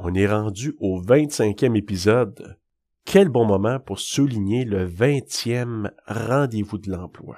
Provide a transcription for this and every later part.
On est rendu au 25e épisode. Quel bon moment pour souligner le 20e rendez-vous de l'emploi.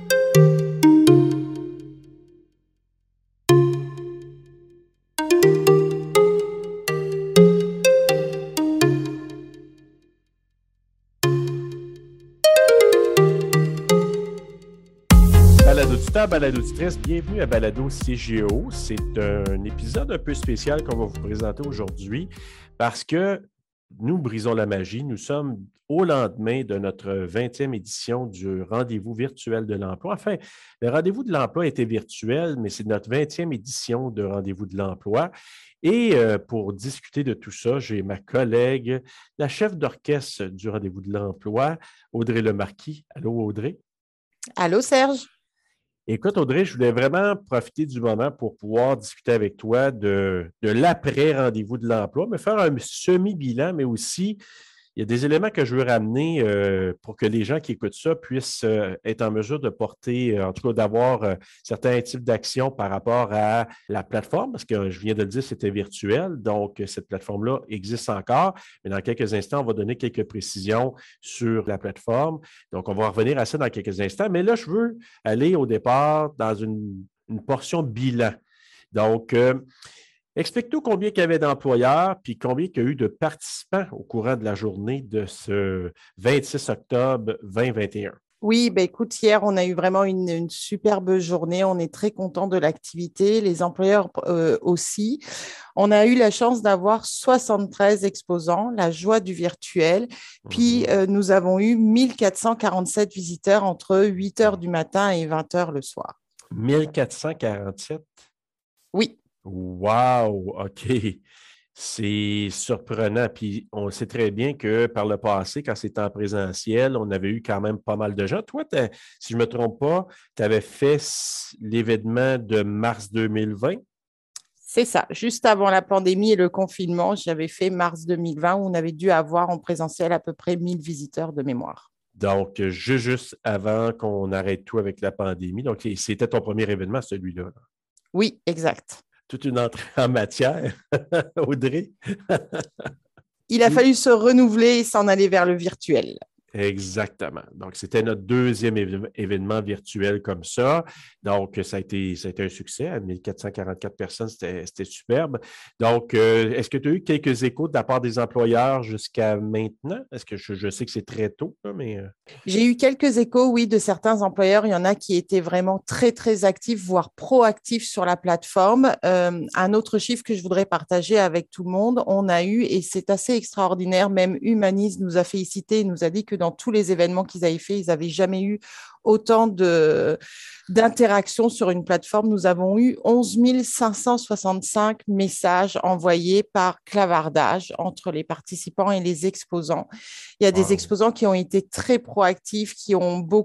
Balado-auditeur, balado-auditrice, bienvenue à Balado CGO. C'est un épisode un peu spécial qu'on va vous présenter aujourd'hui parce que nous brisons la magie. Nous sommes au lendemain de notre 20e édition du Rendez-vous virtuel de l'emploi. Enfin, le Rendez-vous de l'emploi était virtuel, mais c'est notre 20e édition de Rendez-vous de l'emploi. Et pour discuter de tout ça, j'ai ma collègue, la chef d'orchestre du Rendez-vous de l'emploi, Audrey Lemarquis. Allô, Audrey? Allô, Serge? Écoute, Audrey, je voulais vraiment profiter du moment pour pouvoir discuter avec toi de l'après-rendez-vous de l'emploi, me faire un semi-bilan, mais aussi, il y a des éléments que je veux ramener pour que les gens qui écoutent ça puissent être en mesure de porter, en tout cas d'avoir certains types d'actions par rapport à la plateforme, parce que je viens de le dire, c'était virtuel, donc cette plateforme-là existe encore, mais dans quelques instants, on va donner quelques précisions sur la plateforme. Donc, on va revenir à ça dans quelques instants, mais là, je veux aller au départ dans une portion bilan. Donc, explique-nous combien il y avait d'employeurs puis combien il y a eu de participants au courant de la journée de ce 26 octobre 2021. Oui, ben écoute, hier, on a eu vraiment une superbe journée. On est très content de l'activité. Les employeurs aussi. On a eu la chance d'avoir 73 exposants, la joie du virtuel. Puis, nous avons eu 1447 visiteurs entre 8 heures du matin et 20 heures le soir. 1447? Oui. Wow, OK. C'est surprenant. Puis on sait très bien que par le passé, quand c'était en présentiel, on avait eu quand même pas mal de gens. Toi, si je ne me trompe pas, tu avais fait l'événement de mars 2020? C'est ça. Juste avant la pandémie et le confinement, j'avais fait mars 2020 où on avait dû avoir en présentiel à peu près 1000 visiteurs de mémoire. Donc, juste avant qu'on arrête tout avec la pandémie. Donc, c'était ton premier événement, celui-là. Oui, exact. Toute une entrée en matière, Audrey. Il a fallu se renouveler et s'en aller vers le virtuel. Exactement. Donc, c'était notre deuxième événement virtuel comme ça. Donc, ça a été un succès. À 1444 personnes, c'était superbe. Donc, est-ce que tu as eu quelques échos de la part des employeurs jusqu'à maintenant? Est-ce que je sais que c'est très tôt, là, mais... J'ai eu quelques échos, oui, de certains employeurs. Il y en a qui étaient vraiment très, très actifs, voire proactifs sur la plateforme. Un autre chiffre que je voudrais partager avec tout le monde, on a eu, et c'est assez extraordinaire, même Humanis nous a félicité et nous a dit que dans tous les événements qu'ils avaient faits, ils n'avaient jamais eu autant d'interactions sur une plateforme. Nous avons eu 11 565 messages envoyés par clavardage entre les participants et les exposants. Il y a des exposants qui ont été très proactifs, qui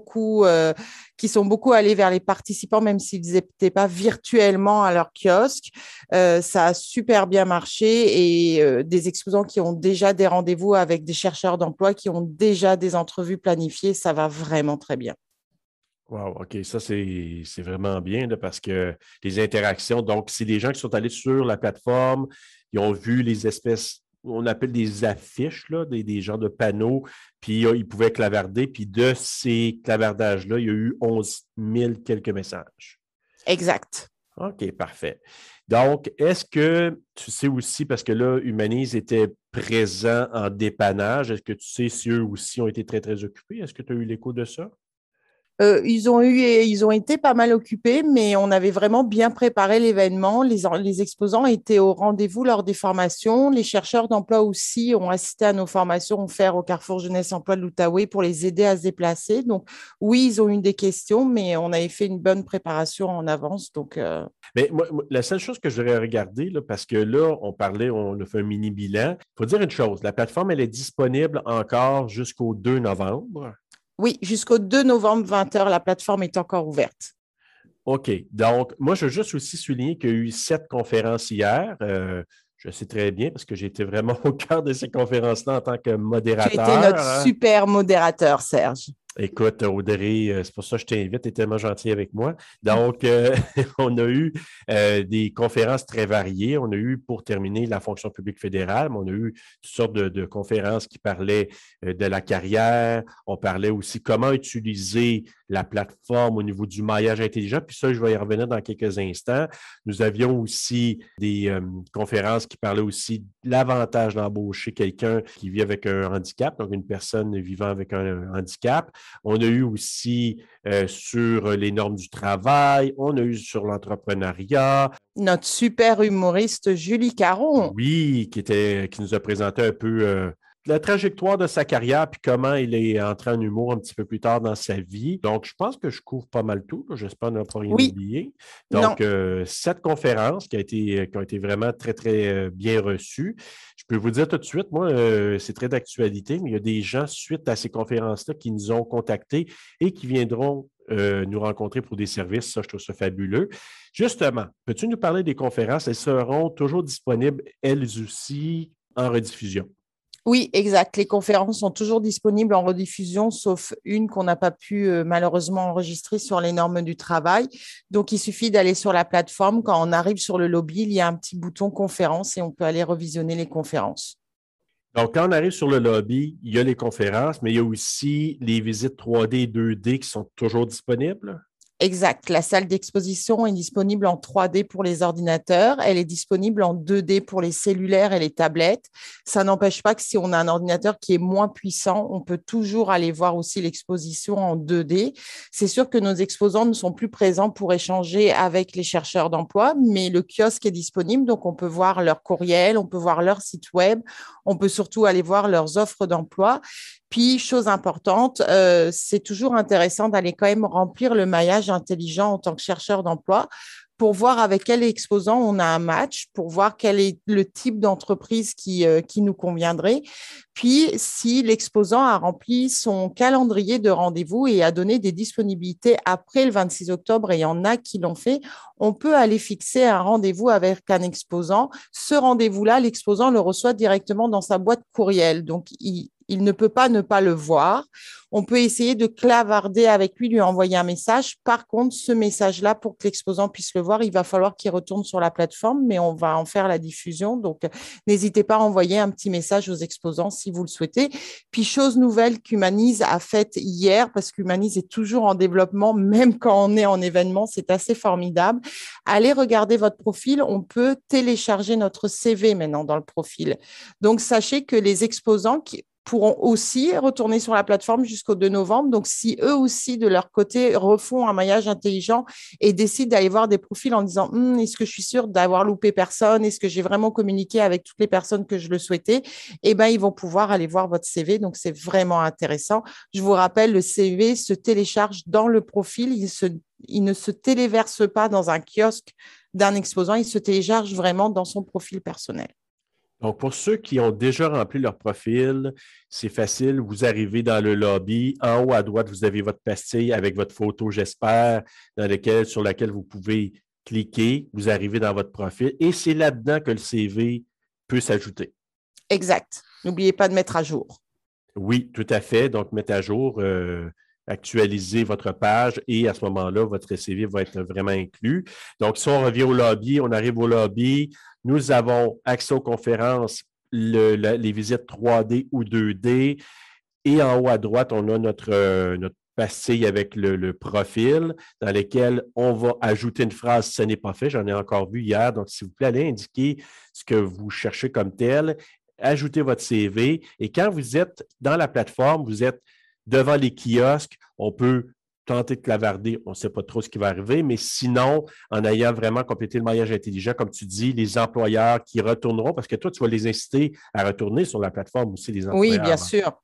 sont beaucoup allés vers les participants, même s'ils n'étaient pas virtuellement à leur kiosque. Ça a super bien marché et des exposants qui ont déjà des rendez-vous avec des chercheurs d'emploi, qui ont déjà des entrevues planifiées. Ça va vraiment très bien. Wow, OK, ça, c'est vraiment bien là, parce que les interactions, donc, c'est des gens qui sont allés sur la plateforme, ils ont vu les espèces, on appelle des affiches, là, des genres de panneaux, puis ils pouvaient clavarder, puis de ces clavardages-là, il y a eu 11 000 quelques messages. Exact. OK, parfait. Donc, est-ce que tu sais aussi, parce que là, Humanise était présent en dépannage, est-ce que tu sais si eux aussi ont été très, très occupés? Est-ce que tu as eu l'écho de ça? Ils ont été pas mal occupés, mais on avait vraiment bien préparé l'événement. Les exposants étaient au rendez-vous lors des formations. Les chercheurs d'emploi aussi ont assisté à nos formations offertes au Carrefour Jeunesse Emploi de l'Outaouais pour les aider à se déplacer. Donc, oui, ils ont eu des questions, mais on avait fait une bonne préparation en avance. Donc, Mais moi, la seule chose que je voudrais regarder, là, parce que là, on a fait un mini bilan. Il faut dire une chose, la plateforme, elle est disponible encore jusqu'au 2 novembre. Oui, jusqu'au 2 novembre, 20h, la plateforme est encore ouverte. OK. Donc, moi, je veux juste aussi souligner qu'il y a eu 7 conférences hier. Je sais très bien parce que j'ai été vraiment au cœur de ces conférences-là en tant que modérateur. Tu étais notre super modérateur, Serge. Écoute, Audrey, c'est pour ça que je t'invite, tu es tellement gentil avec moi. Donc, on a eu des conférences très variées. On a eu, pour terminer, la fonction publique fédérale, mais on a eu toutes sortes de conférences qui parlaient de la carrière. On parlait aussi comment utiliser la plateforme au niveau du maillage intelligent. Puis ça, je vais y revenir dans quelques instants. Nous avions aussi des conférences qui parlaient aussi de l'avantage d'embaucher quelqu'un qui vit avec un handicap, donc une personne vivant avec un handicap. On a eu aussi sur les normes du travail, on a eu sur l'entrepreneuriat. Notre super humoriste Julie Caron. Oui, qui nous a présenté un peu la trajectoire de sa carrière puis comment il est entré en humour un petit peu plus tard dans sa vie. Donc, je pense que je couvre pas mal tout. J'espère ne pas rien Oui, oublier. non. Donc, cette conférence qui a été vraiment très, très bien reçue. Je peux vous dire tout de suite, moi, c'est très d'actualité, mais il y a des gens, suite à ces conférences-là, qui nous ont contactés et qui viendront nous rencontrer pour des services. Ça, je trouve ça fabuleux. Justement, peux-tu nous parler des conférences? Elles seront toujours disponibles, elles aussi, en rediffusion. Oui, exact. Les conférences sont toujours disponibles en rediffusion, sauf une qu'on n'a pas pu malheureusement enregistrer sur les normes du travail. Donc, il suffit d'aller sur la plateforme. Quand on arrive sur le lobby, il y a un petit bouton conférence et on peut aller revisionner les conférences. Donc, quand on arrive sur le lobby, il y a les conférences, mais il y a aussi les visites 3D et 2D qui sont toujours disponibles. Exact. La salle d'exposition est disponible en 3D pour les ordinateurs. Elle est disponible en 2D pour les cellulaires et les tablettes. Ça n'empêche pas que si on a un ordinateur qui est moins puissant, on peut toujours aller voir aussi l'exposition en 2D. C'est sûr que nos exposants ne sont plus présents pour échanger avec les chercheurs d'emploi, mais le kiosque est disponible. Donc, on peut voir leur courriel, on peut voir leur site web, on peut surtout aller voir leurs offres d'emploi. Puis, chose importante, c'est toujours intéressant d'aller quand même remplir le maillage intelligent en tant que chercheur d'emploi pour voir avec quel exposant on a un match, pour voir quel est le type d'entreprise qui nous conviendrait. Puis, si l'exposant a rempli son calendrier de rendez-vous et a donné des disponibilités après le 26 octobre, et il y en a qui l'ont fait, on peut aller fixer un rendez-vous avec un exposant. Ce rendez-vous-là, l'exposant le reçoit directement dans sa boîte courriel. Donc, il ne peut pas ne pas le voir. On peut essayer de clavarder avec lui, lui envoyer un message. Par contre, ce message-là, pour que l'exposant puisse le voir, il va falloir qu'il retourne sur la plateforme, mais on va en faire la diffusion. Donc, n'hésitez pas à envoyer un petit message aux exposants si vous le souhaitez. Puis, chose nouvelle qu'Humanise a faite hier, parce qu'Humanise est toujours en développement, même quand on est en événement, c'est assez formidable. Allez regarder votre profil. On peut télécharger notre CV maintenant dans le profil. Donc, sachez que les exposants qui pourront aussi retourner sur la plateforme jusqu'au 2 novembre. Donc, si eux aussi, de leur côté, refont un maillage intelligent et décident d'aller voir des profils en disant est-ce que je suis sûre d'avoir loupé personne? Est-ce que j'ai vraiment communiqué avec toutes les personnes que je le souhaitais? Eh bien, ils vont pouvoir aller voir votre CV. Donc, c'est vraiment intéressant. Je vous rappelle, le CV se télécharge dans le profil. Il ne se téléverse pas dans un kiosque d'un exposant. Il se télécharge vraiment dans son profil personnel. Donc, pour ceux qui ont déjà rempli leur profil, c'est facile. Vous arrivez dans le lobby. En haut à droite, vous avez votre pastille avec votre photo, j'espère, sur laquelle vous pouvez cliquer. Vous arrivez dans votre profil et c'est là-dedans que le CV peut s'ajouter. Exact. N'oubliez pas de mettre à jour. Oui, tout à fait. Donc, mettez à jour, actualisez votre page et à ce moment-là, votre CV va être vraiment inclus. Donc, si on revient au lobby, on arrive au lobby, nous avons accès aux conférences, les visites 3D ou 2D. Et en haut à droite, on a notre pastille avec le profil dans lequel on va ajouter une phrase si ce n'est pas fait. J'en ai encore vu hier. Donc, s'il vous plaît, allez indiquer ce que vous cherchez comme tel. Ajoutez votre CV. Et quand vous êtes dans la plateforme, vous êtes devant les kiosques, on peut tenter de clavarder, on ne sait pas trop ce qui va arriver, mais sinon, en ayant vraiment complété le maillage intelligent, comme tu dis, les employeurs qui retourneront, parce que toi, tu vas les inciter à retourner sur la plateforme aussi, les Oui, bien employeurs. sûr.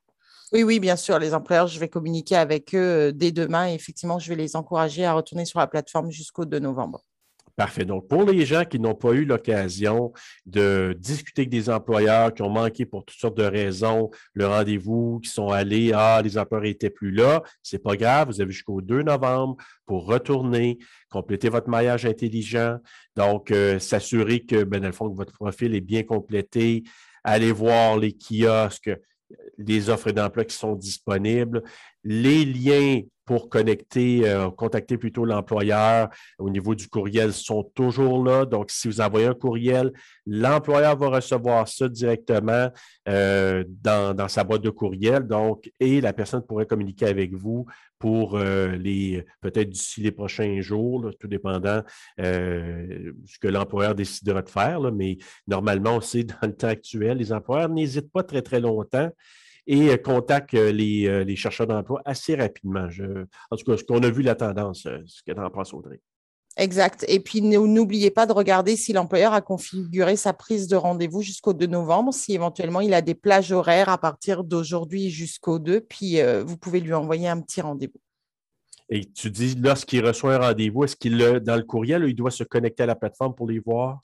Oui, bien sûr. Les employeurs, je vais communiquer avec eux dès demain et effectivement, je vais les encourager à retourner sur la plateforme jusqu'au 2 novembre. Parfait. Donc, pour les gens qui n'ont pas eu l'occasion de discuter avec des employeurs, qui ont manqué pour toutes sortes de raisons le rendez-vous, qui sont allés, les employeurs n'étaient plus là, c'est pas grave, vous avez jusqu'au 2 novembre pour retourner, compléter votre maillage intelligent. Donc, s'assurer que, dans le fond, que votre profil est bien complété, aller voir les kiosques, les offres d'emploi qui sont disponibles. Les liens pour contacter plutôt l'employeur au niveau du courriel sont toujours là. Donc, si vous envoyez un courriel, l'employeur va recevoir ça directement dans sa boîte de courriel. Donc, et la personne pourrait communiquer avec vous pour peut-être d'ici les prochains jours, là, tout dépendant ce que l'employeur décidera de faire. Là, mais normalement, on sait, dans le temps actuel, les employeurs n'hésitent pas très, très longtemps et contactent les chercheurs d'emploi assez rapidement. En tout cas, ce qu'on a vu la tendance, ce que tu en penses, Audrey. Exact. Et puis, n'oubliez pas de regarder si l'employeur a configuré sa prise de rendez-vous jusqu'au 2 novembre, si éventuellement il a des plages horaires à partir d'aujourd'hui jusqu'au 2, puis vous pouvez lui envoyer un petit rendez-vous. Et tu dis, lorsqu'il reçoit un rendez-vous, est-ce dans le courriel, il doit se connecter à la plateforme pour les voir?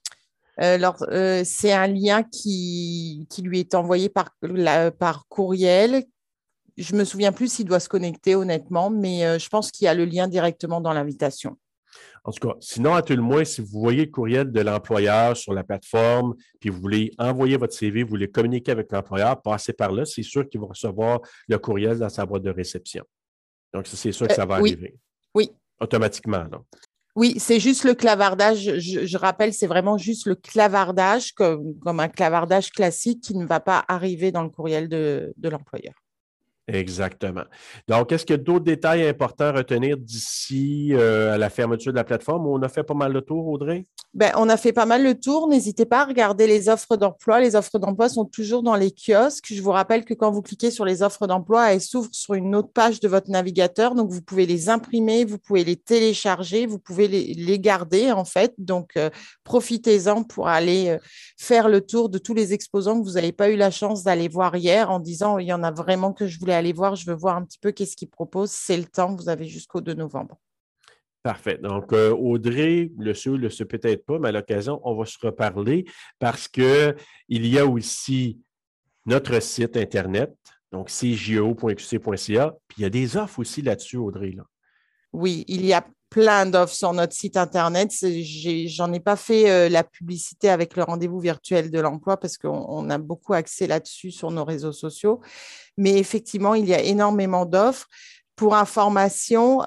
C'est un lien qui lui est envoyé par courriel. Je ne me souviens plus s'il doit se connecter, honnêtement, mais je pense qu'il y a le lien directement dans l'invitation. En tout cas, sinon, à tout le moins, si vous voyez le courriel de l'employeur sur la plateforme, puis vous voulez envoyer votre CV, vous voulez communiquer avec l'employeur, passez par là, c'est sûr qu'il va recevoir le courriel dans sa boîte de réception. Donc, c'est sûr que ça va arriver. Oui. Automatiquement, là. Oui, c'est juste le clavardage. Je rappelle, c'est vraiment juste le clavardage, comme un clavardage classique qui ne va pas arriver dans le courriel de l'employeur. Exactement. Donc, est-ce qu'il y a d'autres détails importants à retenir d'ici à la fermeture de la plateforme? On a fait pas mal le tour, Audrey? On a fait pas mal le tour. N'hésitez pas à regarder les offres d'emploi. Les offres d'emploi sont toujours dans les kiosques. Je vous rappelle que quand vous cliquez sur les offres d'emploi, elles s'ouvrent sur une autre page de votre navigateur. Donc, vous pouvez les imprimer, vous pouvez les télécharger, vous pouvez les garder, en fait. Donc, profitez-en pour aller faire le tour de tous les exposants que vous n'avez pas eu la chance d'aller voir hier en disant, il y en a vraiment que je voulais aller voir. Je veux voir un petit peu qu'est-ce qu'ils proposent. C'est le temps. Vous avez jusqu'au 2 novembre. Parfait. Donc, Audrey, le sait peut-être pas, mais à l'occasion, on va se reparler parce qu'il y a aussi notre site Internet, donc cjo.qc.ca, puis il y a des offres aussi là-dessus, Audrey. Là. Oui, il y a plein d'offres sur notre site Internet. J'en ai pas fait la publicité avec le rendez-vous virtuel de l'emploi parce qu'on a beaucoup accès là-dessus sur nos réseaux sociaux. Mais effectivement, il y a énormément d'offres. Pour information,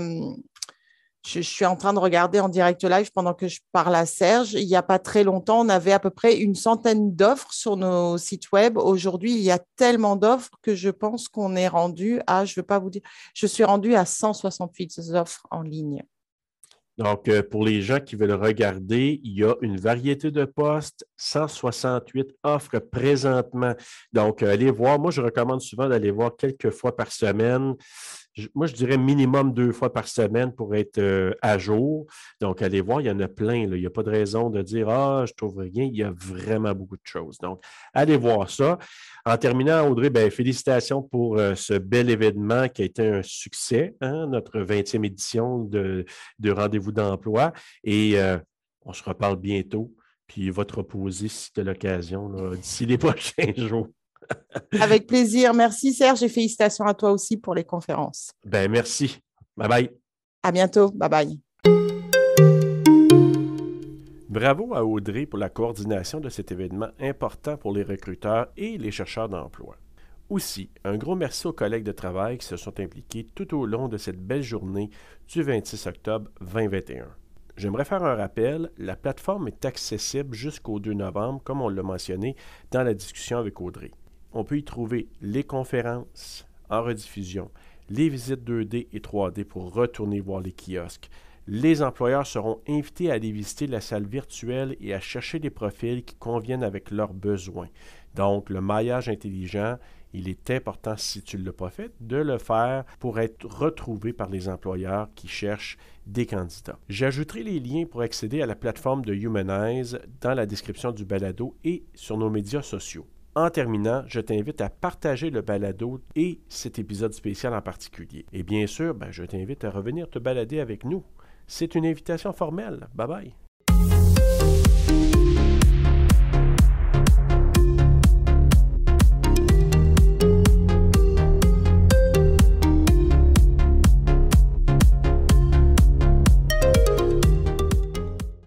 je suis en train de regarder en direct live pendant que je parle à Serge. Il n'y a pas très longtemps, on avait à peu près une centaine d'offres sur nos sites web. Aujourd'hui, il y a tellement d'offres que je pense qu'on est rendu à, je ne veux pas vous dire, je suis rendu à 168 offres en ligne. Donc, pour les gens qui veulent regarder, il y a une variété de postes, 168 offres présentement. Donc, allez voir. Moi, je recommande souvent d'aller voir quelques fois par semaine. Moi, je dirais minimum 2 fois par semaine pour être à jour. Donc, allez voir, il y en a plein. Là. Il n'y a pas de raison de dire « Ah, je ne trouve rien ». Il y a vraiment beaucoup de choses. Donc, allez voir ça. En terminant, Audrey, félicitations pour ce bel événement qui a été un succès, hein, notre 20e édition de Rendez-vous d'emploi. Et on se reparle bientôt. Puis, il va te reposer si tu as l'occasion d'ici les prochains jours. Avec plaisir. Merci Serge et félicitations à toi aussi pour les conférences. Merci. Bye bye. À bientôt. Bye bye. Bravo à Audrey pour la coordination de cet événement important pour les recruteurs et les chercheurs d'emploi. Aussi, un gros merci aux collègues de travail qui se sont impliqués tout au long de cette belle journée du 26 octobre 2021. J'aimerais faire un rappel, la plateforme est accessible jusqu'au 2 novembre, comme on l'a mentionné dans la discussion avec Audrey. On peut y trouver les conférences en rediffusion, les visites 2D et 3D pour retourner voir les kiosques. Les employeurs seront invités à aller visiter la salle virtuelle et à chercher des profils qui conviennent avec leurs besoins. Donc, le maillage intelligent, il est important, si tu ne l'as pas fait, de le faire pour être retrouvé par les employeurs qui cherchent des candidats. J'ajouterai les liens pour accéder à la plateforme de Humanize dans la description du balado et sur nos médias sociaux. En terminant, je t'invite à partager le balado et cet épisode spécial en particulier. Et bien sûr, je t'invite à revenir te balader avec nous. C'est une invitation formelle. Bye bye!